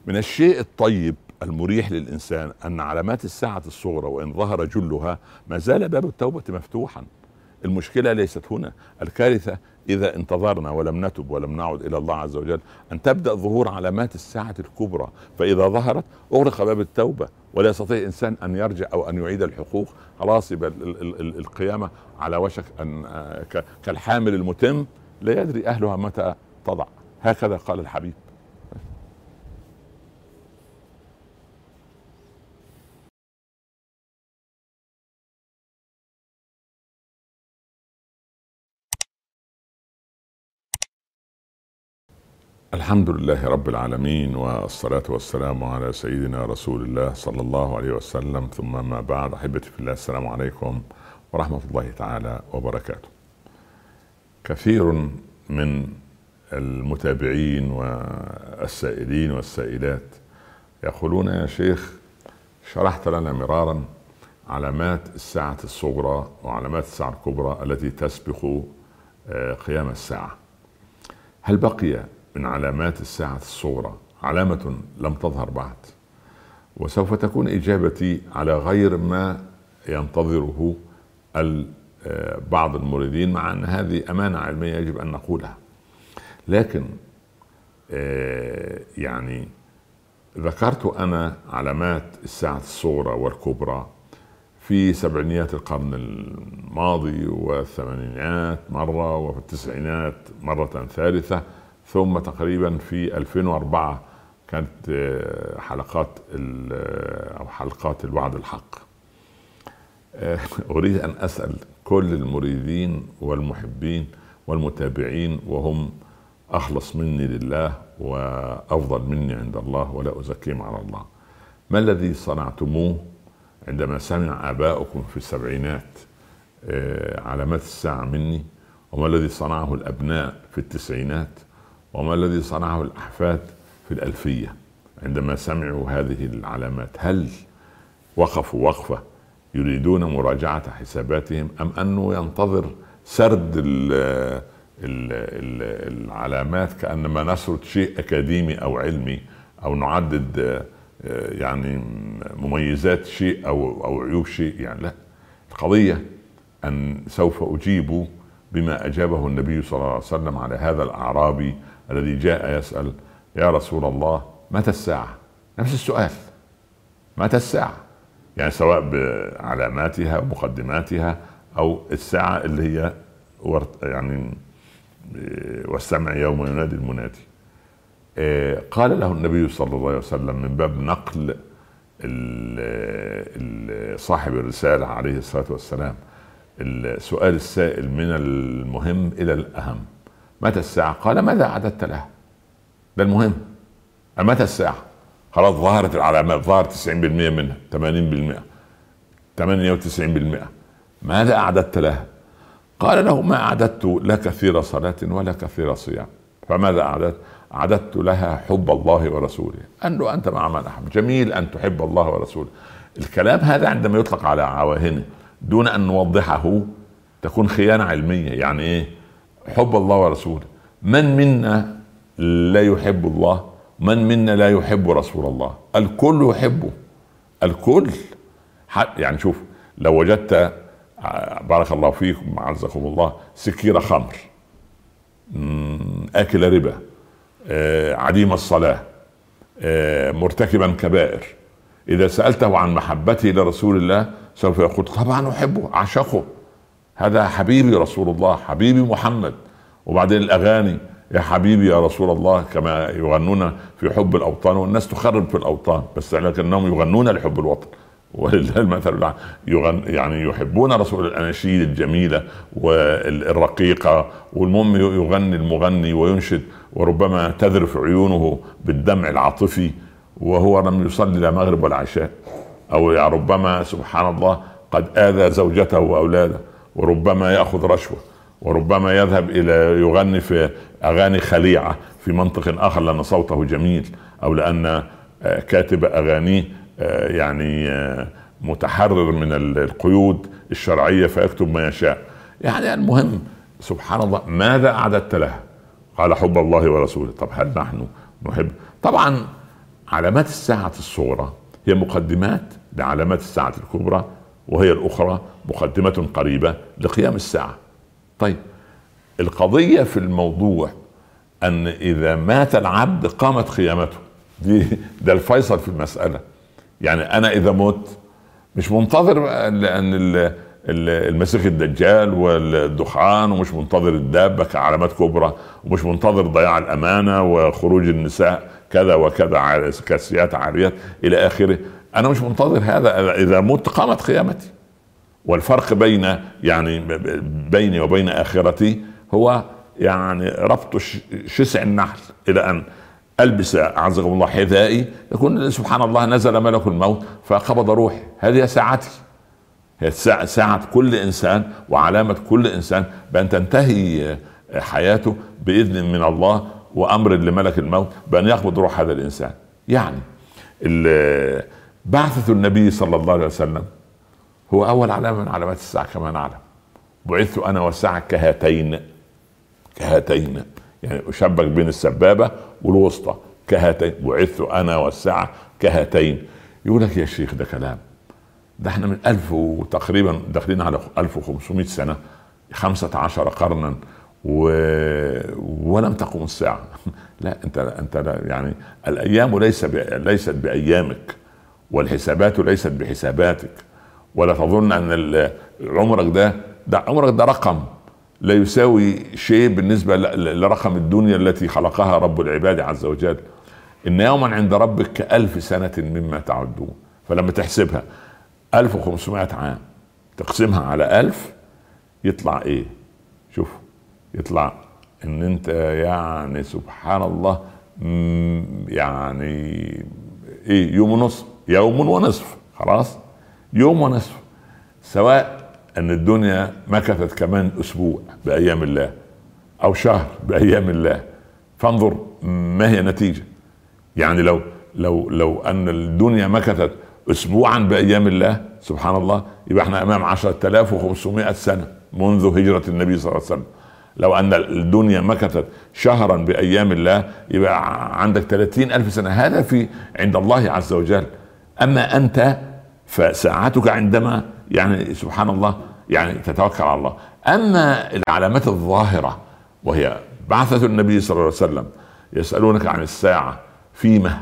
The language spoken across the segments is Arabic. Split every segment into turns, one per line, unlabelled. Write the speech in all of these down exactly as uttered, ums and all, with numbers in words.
من الشيء الطيب المريح للإنسان أن علامات الساعة الصغرى وإن ظهر جلها ما زال باب التوبة مفتوحا. المشكلة ليست هنا، الكارثة إذا انتظرنا ولم نتب ولم نعد إلى الله عز وجل أن تبدأ ظهور علامات الساعة الكبرى، فإذا ظهرت أغلق باب التوبة ولا يستطيع إنسان أن يرجع أو أن يعيد الحقوق. خلاص يبقى القيامة على وشك أن كالحامل المتم لا يدري أهلها متى تضع. هكذا قال الحبيب. الحمد لله رب العالمين، والصلاة والسلام على سيدنا رسول الله صلى الله عليه وسلم، ثم ما بعد. أحبتي في الله، السلام عليكم ورحمة الله تعالى وبركاته. كثير من المتابعين والسائلين والسائلات يقولون: يا شيخ، شرحت لنا مرارا علامات الساعة الصغرى وعلامات الساعة الكبرى التي تسبق قيام الساعة، هل بقي من علامات الساعة الصغرى علامة لم تظهر بعد؟ وسوف تكون إجابتي على غير ما ينتظره بعض المريدين، مع أن هذه أمانة علمية يجب أن نقولها. لكن يعني ذكرت أنا علامات الساعة الصغرى والكبرى في سبعينيات القرن الماضي والثمانينات مرة، وفي التسعينات مرة ثالثة، ثم تقريبا في ألفين وأربعة كانت حلقات أو حلقات الوعد الحق. أريد أن أسأل كل المريدين والمحبين والمتابعين، وهم أخلص مني لله وأفضل مني عند الله ولا أزكيهم على الله: ما الذي صنعتموه عندما سمع آباؤكم في السبعينات علامات الساعة مني؟ وما الذي صنعه الأبناء في التسعينات؟ وما الذي صنعه الأحفاد في الألفية عندما سمعوا هذه العلامات؟ هل وقفوا وقفة يريدون مراجعة حساباتهم، أم أنه ينتظر سرد ال ال ال العلامات كأنما نسرد شيء أكاديمي أو علمي، أو نعدد يعني مميزات شيء أو أو عيوب شيء؟ يعني لا، القضية أن سوف أجيب بما أجابه النبي صلى الله عليه وسلم على هذا الأعرابي الذي جاء يسأل: يا رسول الله، متى الساعة؟ نفس السؤال، متى الساعة؟ يعني سواء بعلاماتها ومقدماتها أو الساعة اللي هي يعني والسمع يوم ينادي المنادي. قال له النبي صلى الله عليه وسلم من باب نقل صاحب الرسالة عليه الصلاة والسلام السؤال السائل من المهم إلى الأهم: متى الساعة؟ قال: ماذا أعددت لها؟ ده المهم. متى الساعة؟ خلاص ظهرت العلامات، ظهرت تسعين بالمئة منها، ثمانين بالمئة، ثمانية وتسعين بالمئة، ماذا أعددت لها؟ قال له: ما أعددت لا كثير صلاة ولا كثير صيام. فماذا أعددت؟ أعددت لها حب الله ورسوله. قال له: أنت مع من أحب، جميل أن تحب الله ورسوله. الكلام هذا عندما يطلق على عواهنه دون أن نوضحه تكون خيانة علمية. يعني إيه حب الله ورسوله؟ من منا لا يحب الله؟ من منا لا يحب رسول الله؟ الكل يحبه، الكل. يعني شوف، لو وجدت بارك الله فيكم عزكم الله سكير خمر، آكل ربا، عديم الصلاة، مرتكبا كبائر، إذا سألته عن محبته لرسول الله سوف يقول: طبعا أحبه، أعشقه، هذا حبيبي رسول الله، حبيبي محمد. وبعدين الأغاني: يا حبيبي يا رسول الله، كما يغنون في حب الأوطان، والناس تخرب في الأوطان بس لكنهم يغنون لحب الوطن، ولله المثل يغن يعني يحبون رسول. الأناشيد الجميلة والرقيقة، والمهم يغني المغني وينشد، وربما تذرف عيونه بالدمع العاطفي وهو لم يصلي لا مغرب ولا عشاء، أو يعني ربما سبحان الله قد آذى زوجته وأولاده، وربما يأخذ رشوة، وربما يذهب إلى يغني في أغاني خليعة في منطق آخر لأن صوته جميل، أو لأن كاتب أغانيه يعني متحرر من القيود الشرعية فيكتب ما يشاء. يعني المهم سبحان الله، ماذا أعددت لها؟ قال: حب الله ورسوله. طب هل نحن نحب؟ طبعا علامات الساعة الصغرى هي مقدمات لعلامات الساعة الكبرى، وهي الأخرى مقدمة قريبة لقيام الساعة. طيب القضية في الموضوع أن إذا مات العبد قامت قيامته، دي ده الفيصل في المسألة. يعني أنا إذا مت مش منتظر لأن المسيح الدجال والدخان، ومش منتظر الدابة كعلامات كبرى، ومش منتظر ضياع الأمانة وخروج النساء كذا وكذا كاسيات عاريات إلى آخره. أنا مش منتظر هذا، إذا مت قامت قيامتي. والفرق بين يعني بيني وبين آخرتي هو يعني ربط شسع النحل إلى أن ألبس أعزكم الله حذائي، يكون سبحان الله نزل ملك الموت فقبض روحي. هذه ساعتي، هي ساعة كل إنسان وعلامة كل إنسان بأن تنتهي حياته بإذن من الله وأمر لملك الموت بأن يقبض روح هذا الإنسان. يعني بعثة النبي صلى الله عليه وسلم هو أول علامة من علامات الساعة كما نعلم. بعثت أنا والساعة كهاتين، كهاتين يعني أشبك بين السبابة والوسطى، كهاتين. بعثت أنا والساعة كهاتين. يقول لك يا شيخ ده كلام، ده احنا من ألف وتقريبا داخلين على ألف وخمسمائة سنة، خمسة عشر قرنا و... ولم تقم الساعة. لا انت انت لا يعني الأيام ليس ب... ليست بأيامك، والحسابات ليست بحساباتك، ولا تظن أن عمرك ده ده عمرك ده رقم لا يساوي شيء بالنسبة لرقم الدنيا التي خلقها رب العباد عز وجل. إن يوما عند ربك كألف سنة مما تعدون. فلما تحسبها ألف وخمسمائة عام تقسمها على ألف يطلع إيه؟ شوف يطلع إن أنت يعني سبحان الله يعني إيه يوم ونصف، يوم ونصف، خلاص يوم ونصف. سواء أن الدنيا مكثت كمان أسبوع بأيام الله أو شهر بأيام الله، فانظر ما هي نتيجة. يعني لو لو لو أن الدنيا مكثت أسبوعا بأيام الله سبحان الله، يبقى احنا أمام عشرة آلاف وخمسمائة سنة منذ هجرة النبي صلى الله عليه وسلم. لو أن الدنيا مكثت شهرا بأيام الله يبقى عندك ثلاثين ألف سنة. هذا في عند الله عز وجل. أما أنت فساعتك عندما يعني سبحان الله يعني تتوكل على الله. أما العلامات الظاهرة وهي بعثة النبي صلى الله عليه وسلم، يسألونك عن الساعة فيما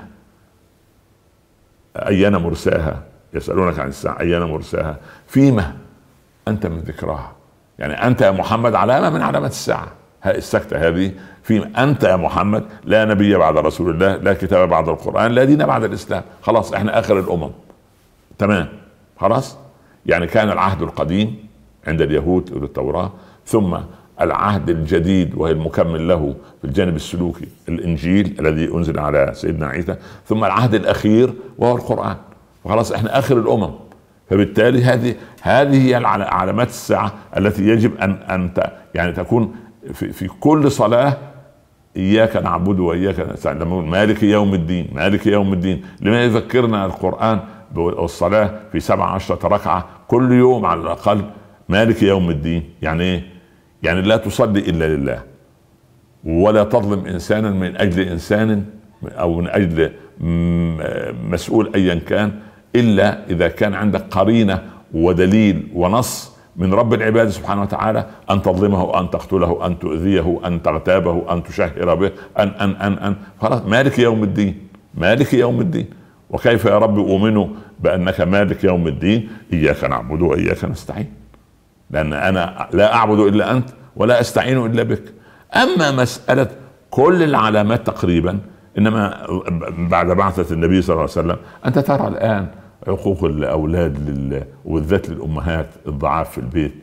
أين مرساها، يسألونك عن الساعة أين مرساها فيما أنت من ذكراها. يعني أنت يا محمد علامة من علامات الساعة، السكتة هذه فيما أنت يا محمد لا نبي بعد رسول الله، لا كتاب بعد القرآن، لا دين بعد الإسلام. خلاص احنا آخر الأمم، تمام خلاص. يعني كان العهد القديم عند اليهود والتوراة، ثم العهد الجديد وهي المكمل له في الجانب السلوكي الإنجيل الذي أنزل على سيدنا عيسى، ثم العهد الأخير وهو القرآن. وخلاص احنا آخر الأمم. فبالتالي هذه هذه هي علامات الساعة التي يجب أن أن يعني تكون في, في كل صلاة إياك نعبد وإياك نستعين. لما نقول مالك يوم الدين، مالك يوم الدين، لما يذكرنا القرآن والصلاة في سبع عشرة ركعة كل يوم على الأقل مالك يوم الدين. يعني إيه؟ يعني لا تصلي إلا لله، ولا تظلم إنسانا من أجل إنسان أو من أجل مسؤول أيا كان، إلا إذا كان عندك قرينة ودليل ونص من رب العباد سبحانه وتعالى أن تظلمه، أن تقتله، أن تؤذيه، أن تغتابه، أن تشهر به، أن أن أن أن خلاص مالك يوم الدين، مالك يوم الدين. وكيف يا رب أؤمن بأنك مالك يوم الدين؟ إياك نعبد وإياك نستعين، لأن أنا لا أعبد إلا أنت ولا أستعين إلا بك. أما مسألة كل العلامات تقريبا إنما بعد بعثة النبي صلى الله عليه وسلم أنت ترى الآن عقوق الأولاد لل... وبالذات للأمهات الضعاف في البيت،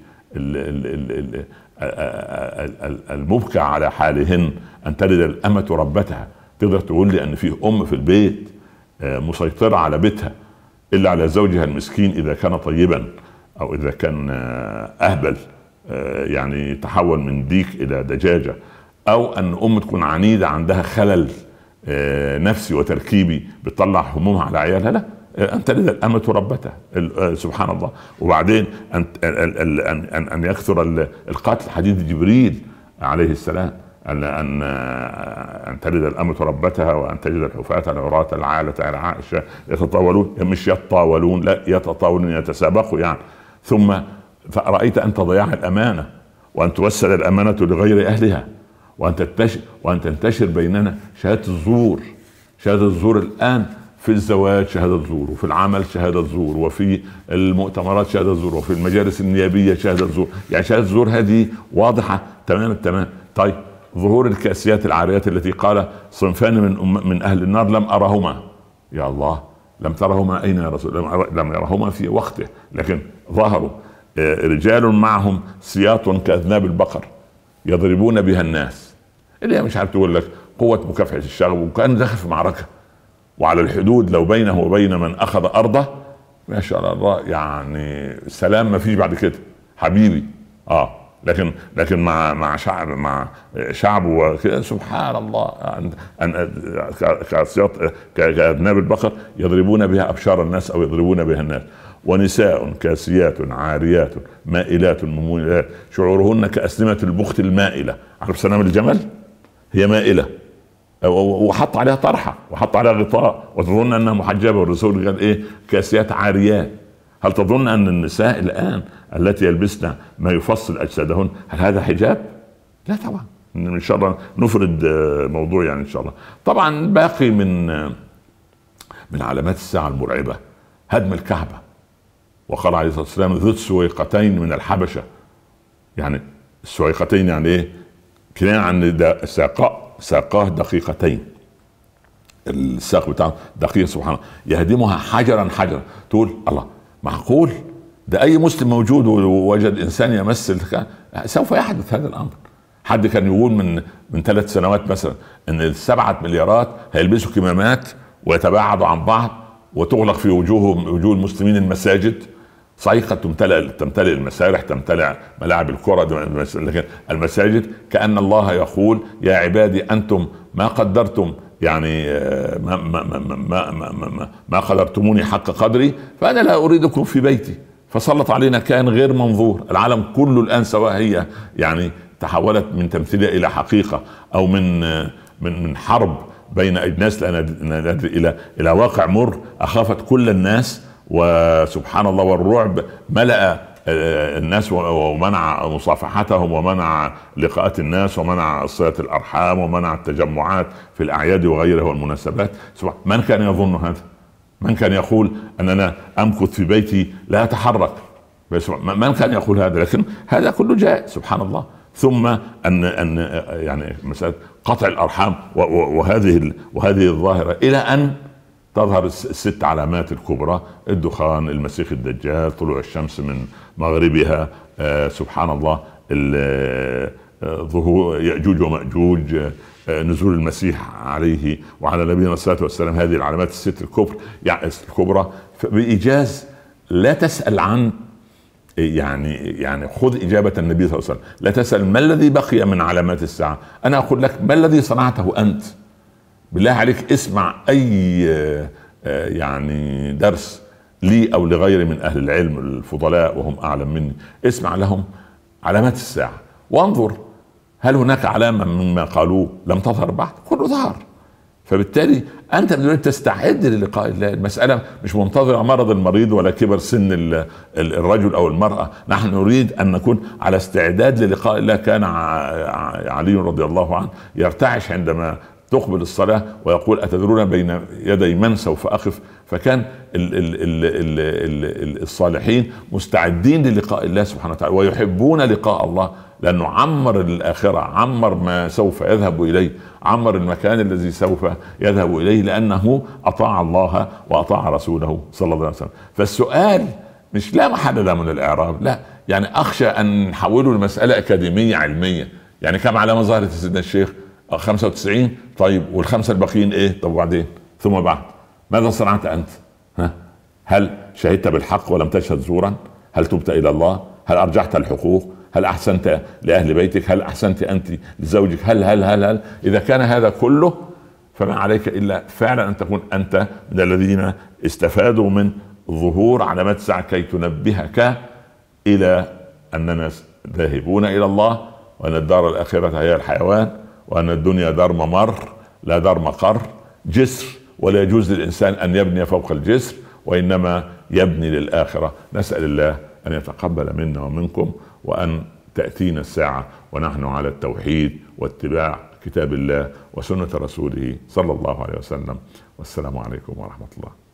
المبكى على حالهن، أن تلد الأمة ربتها. تقدر تقول لي أن فيه أم في البيت مسيطرة على بيتها إلا على زوجها المسكين إذا كان طيبا أو إذا كان أهبل، يعني تحول من ديك إلى دجاجة، أو أن أم تكون عنيدة عندها خلل نفسي وتركيبي بتطلع همومها على عيالها. لا، أنت لذا الأمة ربتها سبحان الله. وبعدين أن أن أن يكثر القتل. حديث جبريل عليه السلام ان ان ان تلد الامة ربتها وان تجد الحفاة العراة العالة العائشة يتطاولون، مش يتطاولون، لا يتطاولون، يتسابقوا يعني. ثم فرأيت أن تضيع الأمانة وأن توسل الأمانة لغير أهلها وأن تنتشر وأن تنتشر بيننا شهادة الزور. شهادة الزور الآن في الزواج شهادة زور، وفي العمل شهادة زور، وفي المؤتمرات شهادة زور، وفي المجالس النيابية شهادة زور. يعني شهادة الزور هذه واضحة تمام التمام. طيب ظهور الكاسيات العاريات التي قال صنفان من من أهل النار لم أرهما. يا الله، لم ترهما أين يا رسول الله؟ لم يرهما في وقته، لكن ظهروا رجال معهم سياط كأذناب البقر يضربون بها الناس، اللي هي مش عارف تقول لك قوة مكافحة الشغب، وكان دخل في معركة وعلى الحدود لو بينه وبين من أخذ أرضه ما شاء الله يعني سلام، ما فيش بعد كده حبيبي. اه لكن لكن مع مع شعب مع شعبه وكده سبحان الله، ان ان كسياط كأذناب البقر يضربون بها أبشار الناس أو يضربون بها الناس. ونساء كاسيات عاريات مائلات مميلات شعورهن كأسنمة البخت المائلة. عارف سنام الجمل؟ هي مائلة وحط عليها طرحة وحط عليها غطاء وتظن أنها محجبة، والرسول قال إيه؟ كاسيات عاريات. هل تظن أن النساء الآن التي يلبسن ما يفصل أجسادهن هل هذا حجاب؟ لا طبعا. إن شاء الله نفرد موضوع يعني إن شاء الله. طبعا باقي من من علامات الساعة المرعبة هدم الكعبة، وقال عليه الصلاة والسلام ذو السويقتين من الحبشة. يعني السويقتين يعني ايه؟ كناية عن ساقاء ساقاه دقيقتين، الساق بتاعه دقيق سبحان الله، يهدمها حجرا حجرا. تقول الله، معقول ده اي مسلم موجود ووجد انسان يمثل سوف يحدث هذا الامر؟ حد كان يقول من من ثلاث سنوات مثلا ان السبعة مليارات هيلبسوا كمامات ويتباعدوا عن بعض وتغلق في وجوههم وجوه المسلمين المساجد. صحيح قد تمتلئ تمتلئ المسارح، تمتلئ ملاعب الكرة، لكن المساجد كأن الله يقول يا عبادي أنتم ما قدرتم يعني ما ما ما ما, ما, ما, ما قدرتموني حق قدري، فأنا لا أريدكم في بيتي. فسلط علينا كان غير منظور. العالم كله الآن سواء هي يعني تحولت من تمثيلية إلى حقيقة أو من من من حرب بين أجناس لا ندري إلى إلى واقع مر أخافت كل الناس. وسبحان الله، والرعب ملأ الناس ومنع مصافحتهم ومنع لقاءات الناس ومنع صلة الأرحام ومنع التجمعات في الأعياد وغيرها والمناسبات. من كان يظن هذا؟ من كان يقول أن أنا أمكث في بيتي لا أتحرك؟ من كان يقول هذا؟ لكن هذا كله جاء سبحان الله. ثم أن أن يعني مسألة قطع الأرحام وهذه وهذه الظاهرة إلى أن تظهر الست علامات الكبرى: الدخان، المسيح الدجال، طلوع الشمس من مغربها، آه سبحان الله، ظهور يأجوج ومأجوج، آه نزول المسيح عليه وعلى نبينا الصلاة والسلام. هذه العلامات الست الكبرى يعني الكبرى بإيجاز لا تسأل عن يعني يعني خذ إجابة النبي صلى الله عليه وسلم، لا تسأل ما الذي بقي من علامات الساعة، أنا أقول لك ما الذي صنعته أنت. بالله عليك اسمع أي يعني درس لي أو لغيري من أهل العلم الفضلاء وهم أعلم مني، اسمع لهم علامات الساعة وانظر هل هناك علامة مما قالوه لم تظهر بعد؟ كله ظهر. فبالتالي أنت بدون تستعد للقاء الله. المسألة مش منتظرة مرض المريض ولا كبر سن الرجل أو المرأة، نحن نريد أن نكون على استعداد للقاء الله. كان علي رضي الله عنه يرتعش عندما تقبل الصلاة ويقول أتدرون بين يدي من سوف أقف؟ فكان ال ال ال ال ال الصالحين مستعدين للقاء الله سبحانه وتعالى ويحبون لقاء الله، لأنه عمر الآخرة، عمر ما سوف يذهب إليه، عمر المكان الذي سوف يذهب إليه، لأنه أطاع الله وأطاع رسوله صلى الله عليه وسلم. فالسؤال مش لا محل له من الإعراب، لا يعني أخشى أن نحوله لمسألة أكاديمية علمية. يعني كم علامة ظهرت سيدنا الشيخ؟ خمسة وتسعين. طيب والخمسة الباقيين ايه؟ طب وبعدين؟ ثم بعد ماذا صنعت انت؟ ها؟ هل شهدت بالحق ولم تشهد زورا؟ هل تبت الى الله؟ هل ارجعت الحقوق؟ هل احسنت لاهل بيتك؟ هل احسنت انت لزوجك؟ هل هل هل هل اذا كان هذا كله فما عليك الا فعلا ان تكون انت من الذين استفادوا من ظهور علامات الساعة كي تنبهك الى اننا ذاهبون الى الله وان الدار الاخرة هي الحيوان وأن الدنيا دار ممر لا دار مقر، جسر، ولا يجوز للإنسان أن يبني فوق الجسر، وإنما يبني للآخرة. نسأل الله أن يتقبل منا ومنكم، وأن تأتينا الساعة ونحن على التوحيد واتباع كتاب الله وسنة رسوله صلى الله عليه وسلم. والسلام عليكم ورحمة الله.